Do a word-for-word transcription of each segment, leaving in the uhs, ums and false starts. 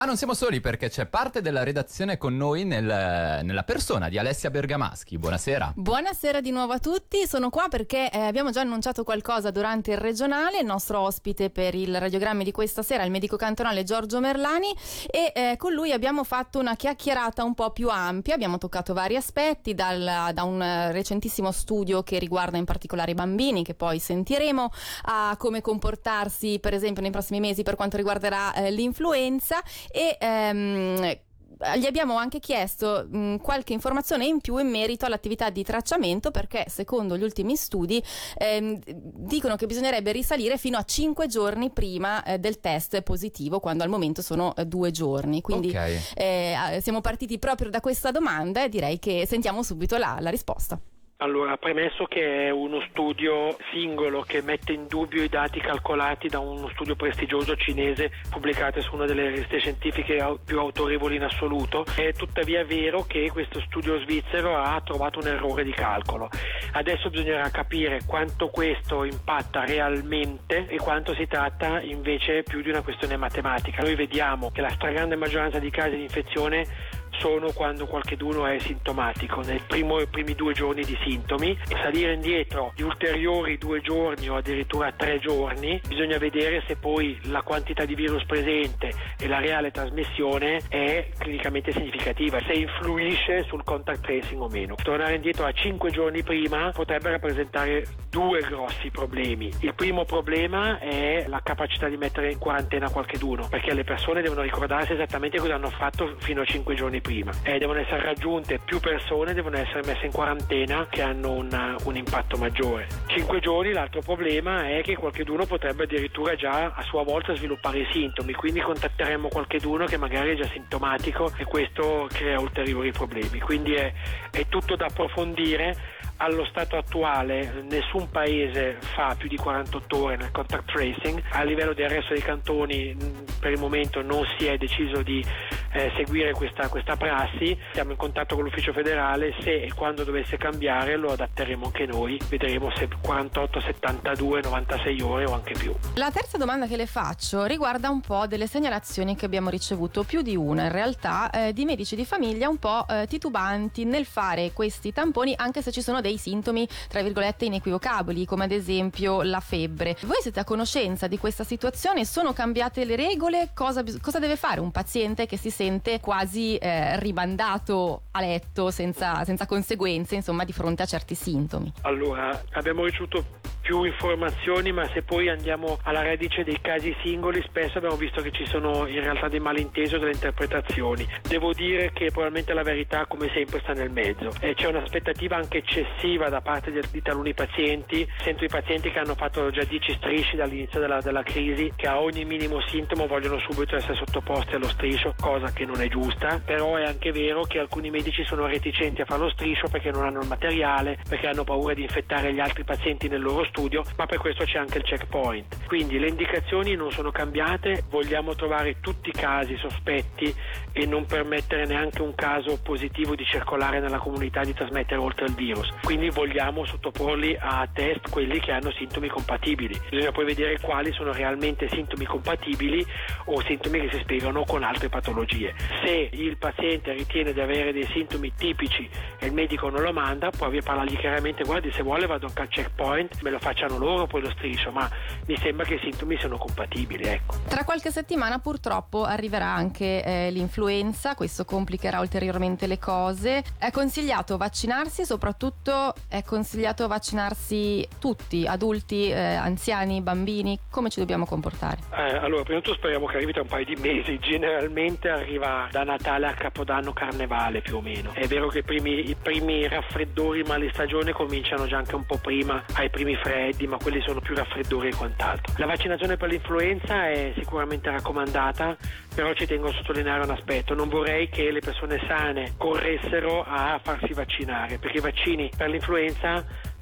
Ma non siamo soli, perché c'è parte della redazione con noi nel, nella persona di Alessia Bergamaschi. Buonasera. Buonasera di nuovo a tutti. Sono qua perché eh, abbiamo già annunciato qualcosa durante il regionale. Il nostro ospite per il radiogrammi di questa sera è il medico cantonale Giorgio Merlani e eh, con lui abbiamo fatto una chiacchierata un po' più ampia. Abbiamo toccato vari aspetti, dal, da un recentissimo studio che riguarda in particolare i bambini, che poi sentiremo, a come comportarsi per esempio nei prossimi mesi per quanto riguarderà eh, l'influenza. E ehm, gli abbiamo anche chiesto mh, qualche informazione in più in merito all'attività di tracciamento, perché secondo gli ultimi studi ehm, dicono che bisognerebbe risalire fino a cinque giorni prima eh, del test positivo, quando al momento sono eh, due giorni. Quindi okay. eh, siamo partiti proprio da questa domanda e direi che sentiamo subito la, la risposta. Allora, premesso che è uno studio singolo che mette in dubbio i dati calcolati da uno studio prestigioso cinese pubblicato su una delle riviste scientifiche più autorevoli in assoluto, è tuttavia vero che questo studio svizzero ha trovato un errore di calcolo. Adesso bisognerà capire quanto questo impatta realmente e quanto si tratta invece più di una questione matematica. Noi vediamo che la stragrande maggioranza di casi di infezione sono quando qualcheduno è sintomatico, nel primo e primi due giorni di sintomi, e salire indietro di ulteriori due giorni o addirittura tre giorni bisogna vedere se poi la quantità di virus presente e la reale trasmissione è clinicamente significativa, se influisce sul contact tracing o meno. Tornare indietro a cinque giorni prima potrebbe rappresentare due grossi problemi. Il primo problema è la capacità di mettere in quarantena qualcheduno, perché le persone devono ricordarsi esattamente cosa hanno fatto fino a cinque giorni prima. Eh, devono essere raggiunte più persone, devono essere messe in quarantena, che hanno una, un impatto maggiore. Cinque giorni. L'altro problema è che qualcheduno potrebbe addirittura già a sua volta sviluppare i sintomi, quindi contatteremo qualcheduno che magari è già sintomatico e questo crea ulteriori problemi. Quindi è, è tutto da approfondire. Allo stato attuale nessun paese fa più di quarantotto ore nel contact tracing. A livello del resto dei cantoni per il momento non si è deciso di eh, seguire questa, questa prassi. Siamo in contatto con l'ufficio federale, se e quando dovesse cambiare lo adatteremo anche noi, vedremo se quarantotto, settantadue, novantasei ore o anche più. La terza domanda che le faccio riguarda un po' delle segnalazioni che abbiamo ricevuto, più di una in realtà, eh, di medici di famiglia un po' eh, titubanti nel fare questi tamponi, anche se ci sono dei sintomi tra virgolette inequivocabili, come ad esempio la febbre. Voi siete a conoscenza di questa situazione? Sono cambiate le regole? Cosa, cosa deve fare un paziente che si sente quasi eh, rimandato a letto senza, senza conseguenze, insomma, di fronte a certi sintomi? Allora, abbiamo ricevuto più informazioni, ma se poi andiamo alla radice dei casi singoli spesso abbiamo visto che ci sono in realtà dei malintesi o delle interpretazioni. Devo dire che probabilmente la verità come sempre sta nel mezzo e c'è un'aspettativa anche eccessiva da parte di, di taluni pazienti. Sento i pazienti che hanno fatto già dieci strisci dall'inizio della, della crisi, che a ogni minimo sintomo vogliono subito essere sottoposti allo striscio, cosa che non è giusta. Però è anche vero che alcuni medici sono reticenti a fare lo striscio perché non hanno il materiale, perché hanno paura di infettare gli altri pazienti nel loro studio, ma per questo c'è anche il checkpoint. Quindi le indicazioni non sono cambiate, vogliamo trovare tutti i casi sospetti e non permettere neanche un caso positivo di circolare nella comunità, di trasmettere oltre il virus. Quindi vogliamo sottoporli a test quelli che hanno sintomi compatibili. Bisogna poi vedere quali sono realmente sintomi compatibili o sintomi che si spiegano con altre patologie. Se il paziente ritiene di avere dei sintomi tipici e il medico non lo manda, può parlargli chiaramente: guardi, se vuole vado anche al checkpoint, me lo facciano loro poi lo striscio, ma mi sembra che i sintomi siano compatibili, ecco. Tra qualche settimana purtroppo arriverà anche eh, l'influenza, questo complicherà ulteriormente le cose. È consigliato vaccinarsi, soprattutto è consigliato vaccinarsi tutti, adulti, eh, anziani, bambini? Come ci dobbiamo comportare? Eh, allora, prima di tutto speriamo che arrivi tra un paio di mesi. Generalmente arriva da Natale a Capodanno, Carnevale più o meno. È vero che i primi, i primi raffreddori, mali stagione cominciano già anche un po' prima, ai primi freddi, ma quelli sono più raffreddori e quant'altro. La vaccinazione per l'influenza è sicuramente raccomandata, però ci tengo a sottolineare un aspetto: non vorrei che le persone sane corressero a farsi vaccinare, perché i vaccini per l'influenza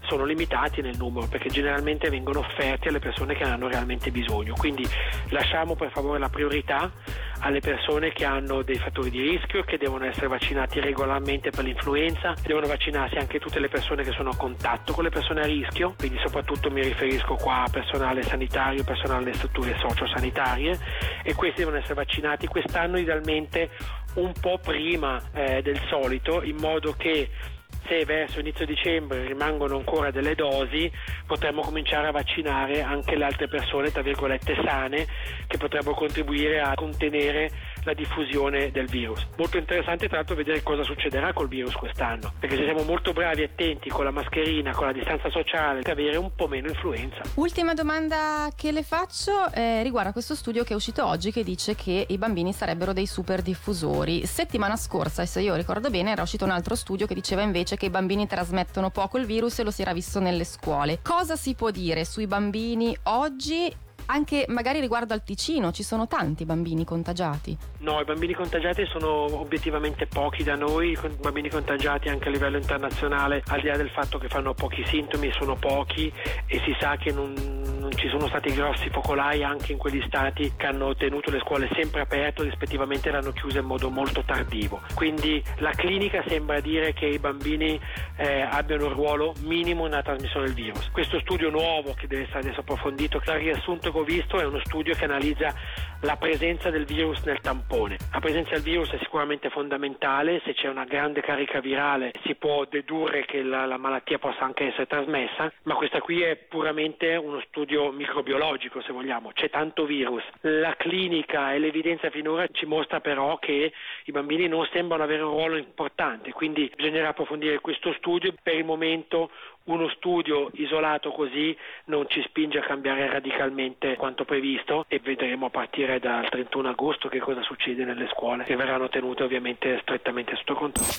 sono limitati nel numero perché generalmente vengono offerti alle persone che ne hanno realmente bisogno, quindi lasciamo per favore la priorità alle persone che hanno dei fattori di rischio, che devono essere vaccinati regolarmente per l'influenza, devono vaccinarsi anche tutte le persone che sono a contatto con le persone a rischio, quindi soprattutto mi riferisco qua a personale sanitario, personale delle strutture sociosanitarie, e questi devono essere vaccinati quest'anno idealmente un po' prima eh, del solito, in modo che se verso inizio dicembre rimangono ancora delle dosi potremmo cominciare a vaccinare anche le altre persone tra virgolette sane che potrebbero contribuire a contenere la diffusione del virus. Molto interessante tra l'altro vedere cosa succederà col virus quest'anno, perché se siamo molto bravi e attenti con la mascherina, con la distanza sociale, per avere un po' meno influenza. Ultima domanda che le faccio eh, riguarda questo studio che è uscito oggi che dice che i bambini sarebbero dei super diffusori. Settimana scorsa, se io ricordo bene, era uscito un altro studio che diceva invece che i bambini trasmettono poco il virus e lo si era visto nelle scuole. Cosa si può dire sui bambini oggi? Anche magari riguardo al Ticino, ci sono tanti bambini contagiati? No, i bambini contagiati sono obiettivamente pochi da noi, i bambini contagiati anche a livello internazionale, al di là del fatto che fanno pochi sintomi, sono pochi e si sa che non, non ci sono stati grossi focolai anche in quegli stati che hanno tenuto le scuole sempre aperte, rispettivamente le hanno chiuse in modo molto tardivo. Quindi la clinica sembra dire che i bambini eh, abbiano un ruolo minimo nella trasmissione del virus. Questo studio nuovo, che deve essere adesso approfondito, il riassunto che ho visto è uno studio che analizza la presenza del virus nel tampone. La presenza del virus è sicuramente fondamentale, se c'è una grande carica virale si può dedurre che la, la malattia possa anche essere trasmessa, ma questa qui è puramente uno studio microbiologico, se vogliamo, c'è tanto virus. La clinica e l'evidenza finora ci mostra però che i bambini non sembrano avere un ruolo importante, quindi bisognerà approfondire questo studio. Per il momento uno studio isolato così non ci spinge a cambiare radicalmente quanto previsto e vedremo a partire dal trentuno agosto che cosa succede nelle scuole, che verranno tenute ovviamente strettamente sotto controllo.